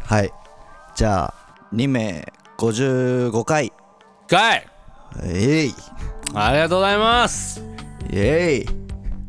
はい。じゃあ2名55回。 かい。 えいありがとうございます。 イエイ。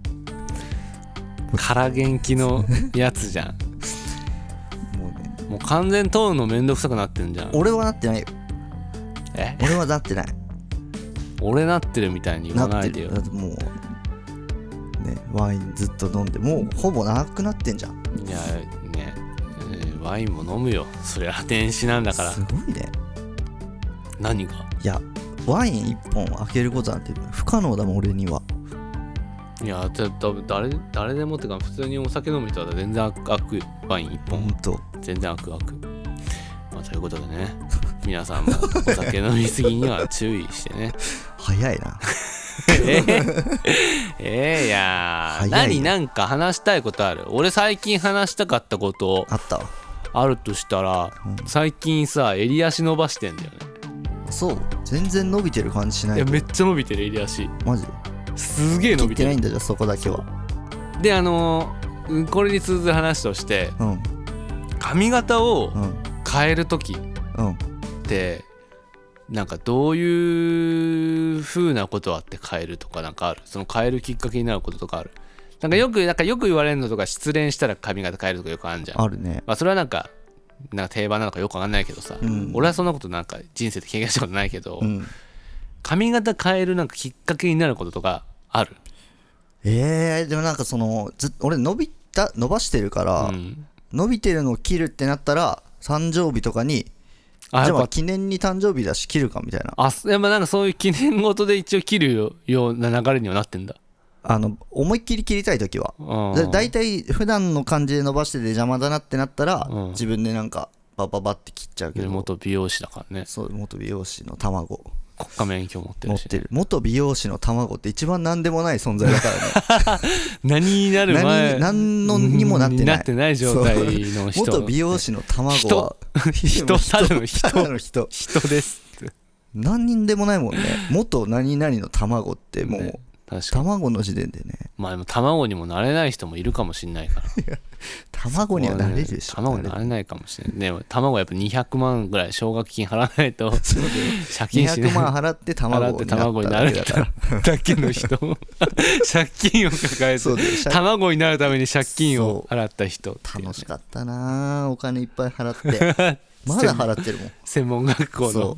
空元気のやつじゃん。もう完全通るのめんどくさくなってんじゃん。 俺はなってないよ。俺はなってない。 俺なってるみたいに言わないでよ。 だってもうね、ワインずっと飲んでもうほぼなくなってんじゃん。 いやね、ワインも飲むよ。そりゃ電子なんだから。 すごいね。 何が？ いや、ワイン1本開けることなんて不可能だもん俺には。 いや、多分誰でもってか普通にお酒飲む人は全然開くワイン1本。 ほんと全然開く。まあ、ということでね、皆さんもお酒飲みすぎには注意してね。 早いな。 いやー、なんか話したいことある？俺最近話したかったことあったわ。 あるとしたら、最近さ、襟足伸ばしてんだよね。 そう、全然伸びてる感じしない。 いや、めっちゃ伸びてる襟足。 マジですげえ伸びてる。 切ってないんだじゃあそこだけは。 でこれに通ずる話として、髪型を変えるときってなんかどういう風なことあって変えるとかなんかある？その変えるきっかけになることとかある？なんかよく言われるのとか、失恋したら髪型変えるとかよくあるじゃん。 あるね。 まあそれはなんか定番なのかよくわかんないけどさ、俺はそんなことなんか人生で経験したことないけど、髪型変えるなんかきっかけになることとかある？ でもなんか俺伸ばしてるから、伸びてるのを切るってなったら誕生日とかに、じゃあ記念に誕生日だし切るかみたいな。 やっぱなんかそういう記念事で一応切るような流れにはなってんだ。 思いっきり切りたいときはだいたい普段の感じで伸ばしてて邪魔だなってなったら、自分でなんかバババって切っちゃうけど。 元美容師だからね。 そう、元美容師の卵、 国家免許持ってるし、ね、 元美容師の卵って一番何でもない存在だからね。 何になる前何のにもなってない状態の人。 元美容師の卵はただの人ですって何人でもないもんね。元何々の卵ってもう、ね、卵の時点でね。 まあでも卵にもなれない人もいるかもしれないから。 卵にはなれるでしょ。 卵になれないかもしれないね。卵はやっぱ200万ぐらい奨学金払わないと借金しない。 200万払って卵になるだけの人。借金を抱えて卵になるために借金を払った人、ね、 楽しかったな。お金いっぱい払ってまだ払ってるもん。 専門学校の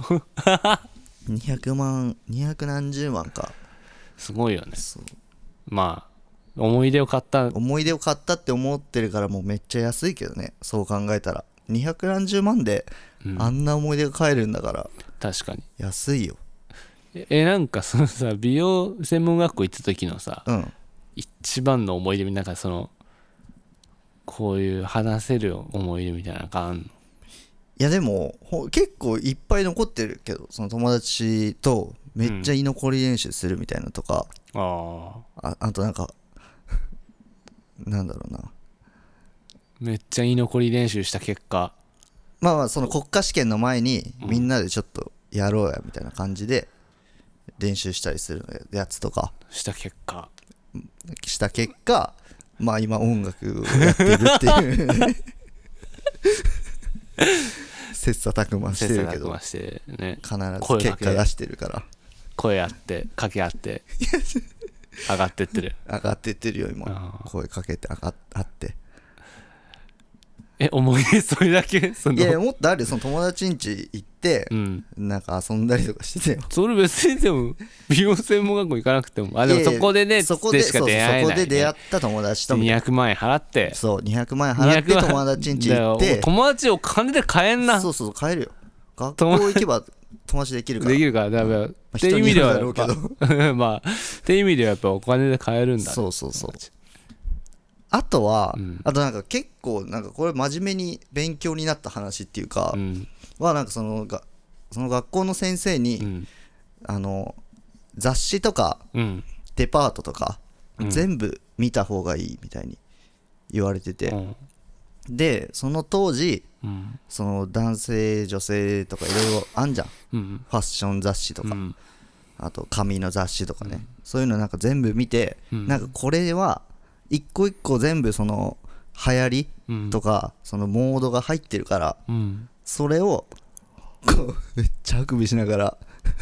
200万200何十万か。 すごいよね。まあ思い出を買ったって思ってるからもうめっちゃ安いけどね。そう考えたら200何十万であんな思い出が買えるんだから、 確かに安いよ。 なんかそのさ、美容専門学校行った時のさ、一番の思い出みたいな、こういう話せる思い出みたいなのがあんの？いやでも結構いっぱい残ってるけど、その友達とめっちゃ居残り練習するみたいなとか、あとなんかなんだろうな、 めっちゃ居残り練習した結果、 まあその国家試験の前にみんなでちょっとやろうやみたいな感じで練習したりするやつとかした結果、まあ今音楽をやってるっていう切磋琢磨してるけど、必ず結果出してるから、 声あって掛け合って上がってってるよ今。声かけて上がって。 思い出それだけ？ いやもっとあるよ。その友達ん家行って、なんか遊んだりとかしてたよ。 それ別にでも美容専門学校行かなくても、でもそこでね、そこでしか出会えない、ね、 そこで出会った友達と 200万円払って、 200万円払って友達ん家行って、 友達を金で買えんな。 そう買えるよ。学校行けば友達できるからだからっていう意味ではまあっていう意味ではやっぱお金で買えるんだ、ね、 そうあとは、あとなんか結構なんかこれ真面目に勉強になった話っていうか、はなんかその学校の先生に、雑誌とか、デパートとか、全部見た方がいいみたいに言われてて、でその当時、その男性女性とかいろいろあんじゃん、ファッション雑誌とか、あと紙の雑誌とかね、そういうのなんか全部見て、なんかこれは一個一個全部その流行りとか、そのモードが入ってるから、それをこうめっちゃあくびしながら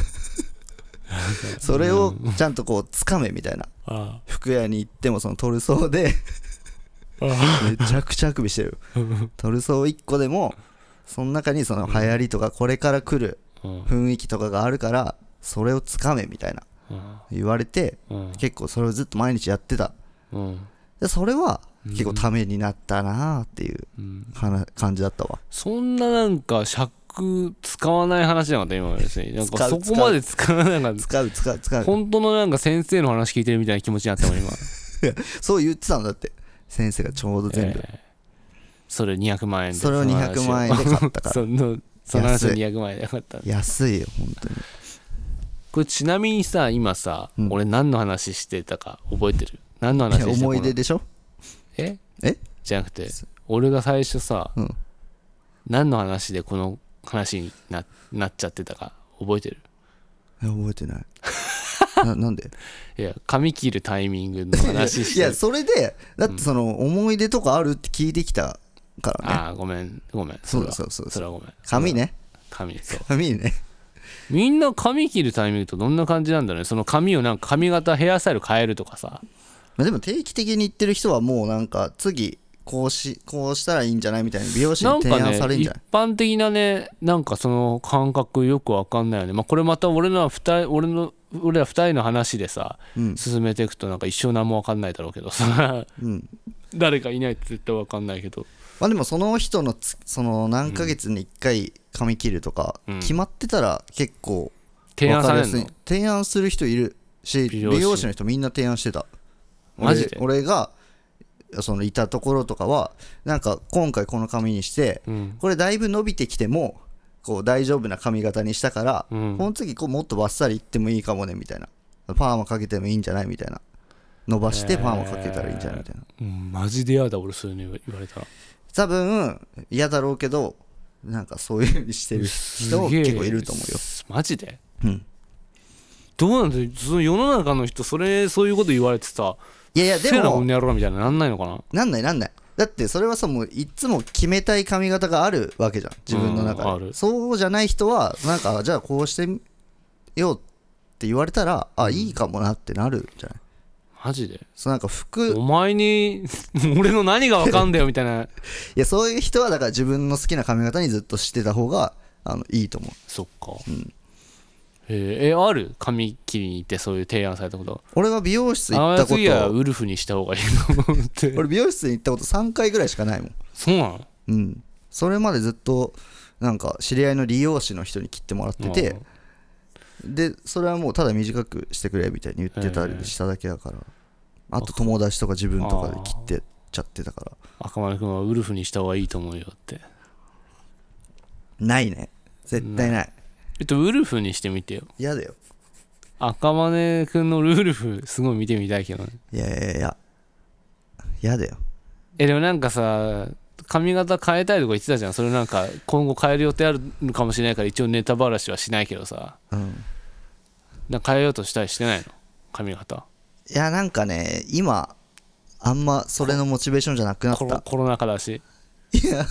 それをちゃんとこう掴めみたいな、服屋に行ってもそのトルソーでめちゃくちゃあくびしてるトルソー1個でもその中にその流行りとかこれから来る雰囲気とかがあるからそれを掴めみたいな言われて、結構それをずっと毎日やってた。でそれは結構ためになったなっていう感じだったわ。 そんななんか尺使わない話じゃなかった今までですね。なんかそこまで使わない。 使う本当のなんか先生の話聞いてるみたいな気持ちになったもん今そう言ってたんだって先生がちょうど全部、 それ200万円でそれを200万円で買ったからその話を200万円で買った。 安いよ本当に。 これちなみにさ今さ、俺何の話してたか覚えてる？何の話してた？ 思い出でしょ？ じゃなくて俺が最初さ、何の話でこの話に なっちゃってたか覚えてる？ 覚えてないなんで？ いや髪切るタイミングの話していやそれでだってその思い出とかあるって聞いてきたからね。 ごめんそうそれはごめん。 髪ね髪ね。 みんな髪切るタイミングとどんな感じなんだろうね。その髪をなんか髪型ヘアスタイル変えるとかさ。 でも定期的に言ってる人はもうなんか次こうしたらいいんじゃないみたいな美容師に提案されるんじゃない？ 一般的なねなんかその感覚よくわかんないよね。これまた俺ら二人の話でさ、進めていくとなんか一生何もわかんないだろうけどさ、誰かいないって絶対わかんないけど、 でもその人のその何ヶ月に1回髪切るとか決まってたら結構提案されるの？ 提案する人いるし美容師の人みんな提案してた。 マジで？ 俺がそのいたところとかはなんか今回この髪にして、これだいぶ伸びてきてもこう大丈夫な髪型にしたから、この次こうもっとバッサリいってもいいかもねみたいな、パーマかけてもいいんじゃないみたいな、伸ばしてパーマかけたらいいんじゃないみたいな、 マジで嫌だ俺そういうの言われたら。 多分嫌だろうけどなんかそういう風にしてる人も結構いると思うよ。 マジで？どうなんだよその世の中の人そういうこと言われてさ、 いやでもこんなやろうみたいななんないのかな？ なんないだってそれはさもういつも決めたい髪型があるわけじゃん自分の中で、そうじゃない人はなんかじゃあこうしてみようって言われたらいいかもなってなるんじゃない？ マジで？ そうなんかお前に俺の何が分かんだよみたいな。いやそういう人はだから自分の好きな髪型にずっとしてた方がいいと思う。 そっか。ある髪切りに行ってそういう提案されたこと？俺は美容室行ったこと次はウルフにした方がいいと思って俺美容室に行ったこと3回ぐらいしかないもん。 そうなの？ それまでずっとなんか知り合いの理容師の人に切ってもらってて、でそれはもうただ短くしてくれみたいに言ってたりしただけだから、あと友達とか自分とかで切ってちゃってたから。 赤丸君はウルフにした方がいいと思うよって。 ないね絶対ない。 ウルフにしてみてよ。 嫌だよ。 赤羽くんのウルフすごい見てみたいけどね。 いや嫌だよ。 でもなんかさ髪型変えたいとか言ってたじゃん。それなんか今後変える予定あるのかもしれないから一応ネタばらしはしないけどさ、なんか変えようとしたりしてないの髪型？ いやなんかね今あんまそれのモチベーションじゃなくなった。 コロナ禍だし。 いや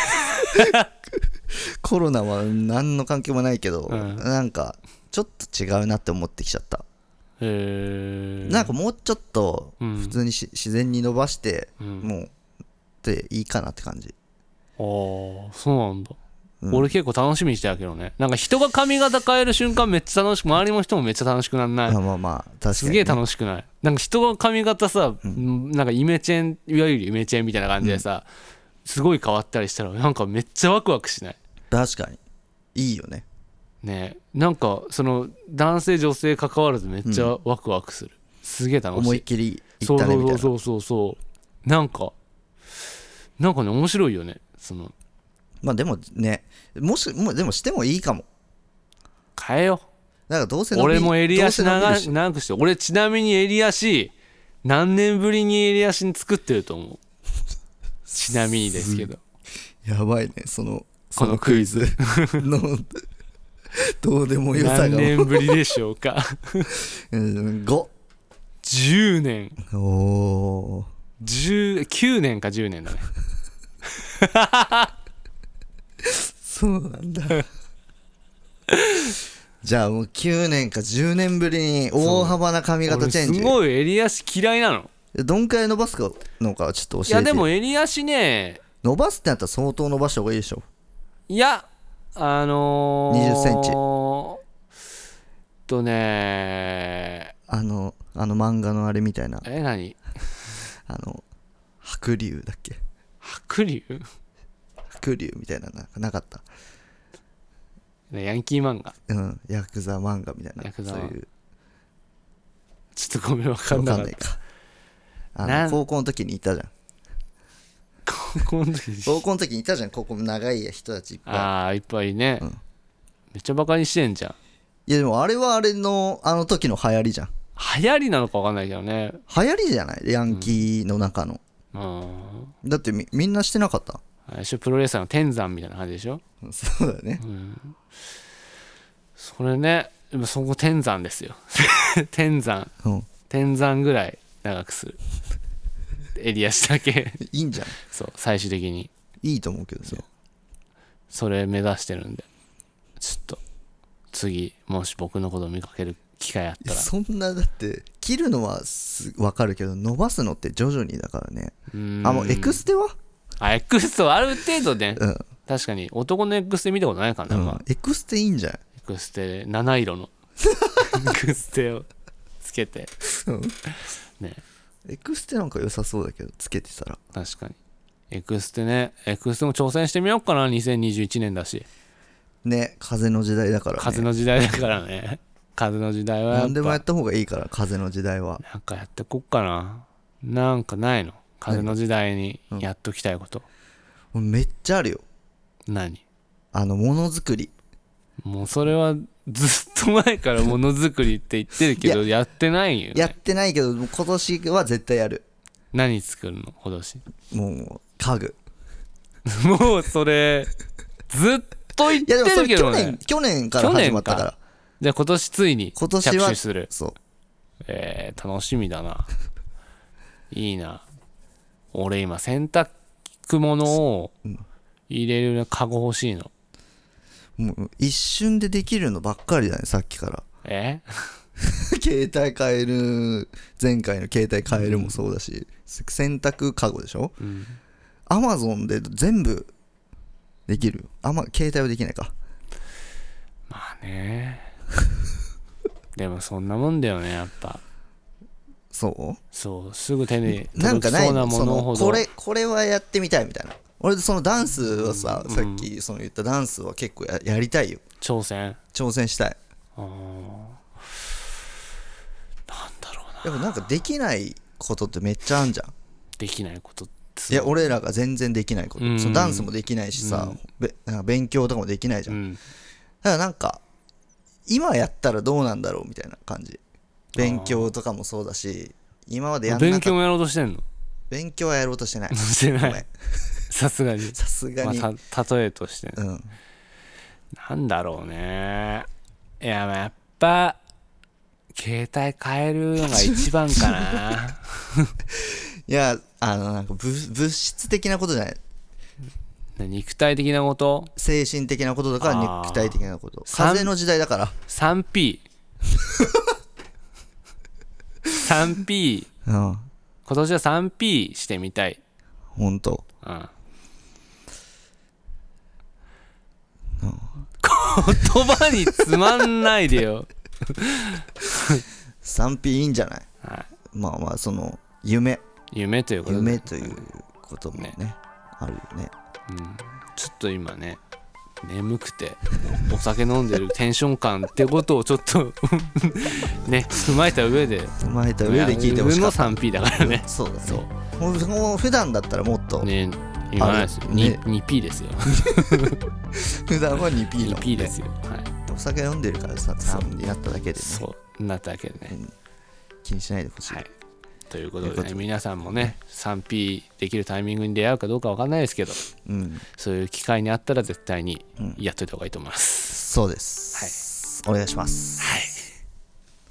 コロナは何の関係もないけど、なんかちょっと違うなって思ってきちゃった。なんかもうちょっと普通に自然に伸ばして、もうでいいかなって感じ。 そうなんだ。俺結構楽しみにしてたけどね。なんか人が髪型変える瞬間めっちゃ楽しく、周りの人もめっちゃ楽しくなんない？ まあ確かに、ね、 すげえ楽しくない？なんか人が髪型さ、なんかイメチェン、いわゆるイメチェンみたいな感じでさ、すごい変わったりしたらなんかめっちゃワクワクしない？ 確かにいいよね。 ね、なんかその男性女性関わらずめっちゃワクワクする、すげえ楽しい。 思いっきりいったねみたいな。 そうなんかね面白いよね。 でもねでもしてもいいかも。 変えよう。 なんかどうせ俺も襟足長くして。俺ちなみに襟足何年ぶりに襟足に作ってると思う？ちなみにですけど。 やばいねこのクイズのどうでもよさが。 何年ぶりでしょうか？ 5。 10年。 おー 9年か10年だねそうなんだじゃあもう9年か10年ぶりに大幅な髪型チェンジ。 すごい襟足嫌いなの。 どんくらい伸ばすのかちょっと教えて。 いやでも襟足ね、 伸ばすってなったら相当伸ばした方がいいでしょ。 いや 20センチあの漫画のあれみたいな、 何白龍だっけ、 白龍みたいななかった。 ヤンキー漫画、 ヤクザ漫画みたいな、そういう。 ちょっとごめん分かんなかった。 高校の時にいたじゃん。高校の時にいたじゃん、ここ長い人たちいっぱい。 ああいっぱいね、めっちゃバカにしてんじゃん。 いやでもあれはあれの時の流行りじゃん。 流行りなのか分かんないけどね。 流行りじゃない、ヤンキーの中の、だってみんなしてなかった。 プロレスラーの天山みたいな感じでしょ。 そうだね、 それね、そこ天山ですよ天山ぐらい長くする襟足だけいいんじゃん。 そう最終的にいいと思うけどさ、 それ目指してるんで、ちょっと次もし僕のことを見かける機会あったら。 そんなだって切るのは分かるけど伸ばすのって徐々にだからね。もうエクステはエクステはある程度ね、確かに男のエクステ見たことないからね、 エクステいいんじゃない。 エクステ七色のエクステをつけて、ね、 エクステなんか良さそうだけどつけてたら。 確かにエクステも挑戦してみようかな。2021年だしね、風の時代だからね。 風の時代だからね風の時代は何でもやった方がいいから、風の時代は。 なんかやってこっかな。なんかないの、風の時代にやっときたいこと。 めっちゃあるよ。 何？ ものづくり。もうそれはずっと前からものづくりって言ってるけどやってないよね。 やってないけど今年は絶対やる。 何作るの今年？ もう家具もうそれずっと言ってるけどね。 いやでもそれ去年から始まったから。 じゃあ今年ついに着手する。 そう、 楽しみだな。いいな。俺今洗濯物を入れるカゴ欲しいの。 もう一瞬でできるのばっかりだね、さっきから。携帯変える、前回の携帯変えるもそうだし、洗濯カゴでしょ。アマゾンで全部できる。携帯はできないか。 まあねでもそんなもんだよね、やっぱ。 そうすぐ手に届きそうなものほど。 これはやってみたいみたいな。俺そのダンスはさ、さっきその言ったダンスは結構 やりたいよ。挑戦したい。 なんだろうな。 でもなんかできないことってめっちゃあんじゃん。 できないことって。 いや俺らが全然できないこと、そのダンスもできないしさ、なんか勉強とかもできないじゃん、だからなんか今やったらどうなんだろうみたいな感じ。勉強とかもそうだし、今までやんなかった。 勉強もやろうとしてんの？ 勉強はやろうとしてない。 してないさすがに、例えとして、なんだろうね。いややっぱ携帯変えるのが一番かないやなんか物質的なことじゃない。 肉体的なこと、 精神的なこととか肉体的なこと。風の時代だから 3P 3P、今年は 3P してみたい。 ほんと？ 言葉につまんないでよ 3P いいんじゃない？まあその夢ということもねあるよね。 ちょっと今ね眠くてお酒飲んでるテンション感ってことをちょっとね踏まえた上で聞いてほしかった。 の 3P だからね。 そうだね。もう普段だったらもっとね言わないですよ。2P ですよ普段は 2P の 2P ですよ。 お酒飲んでるからさ3になっただけでね。 そうなっただけでね、 気にしないでほしい。 ということでね、皆さんもね 3P できるタイミングに出会うかどうか分かんないですけど、そういう機会にあったら絶対にやっといた方がいいと思います。 そうです。お願いします。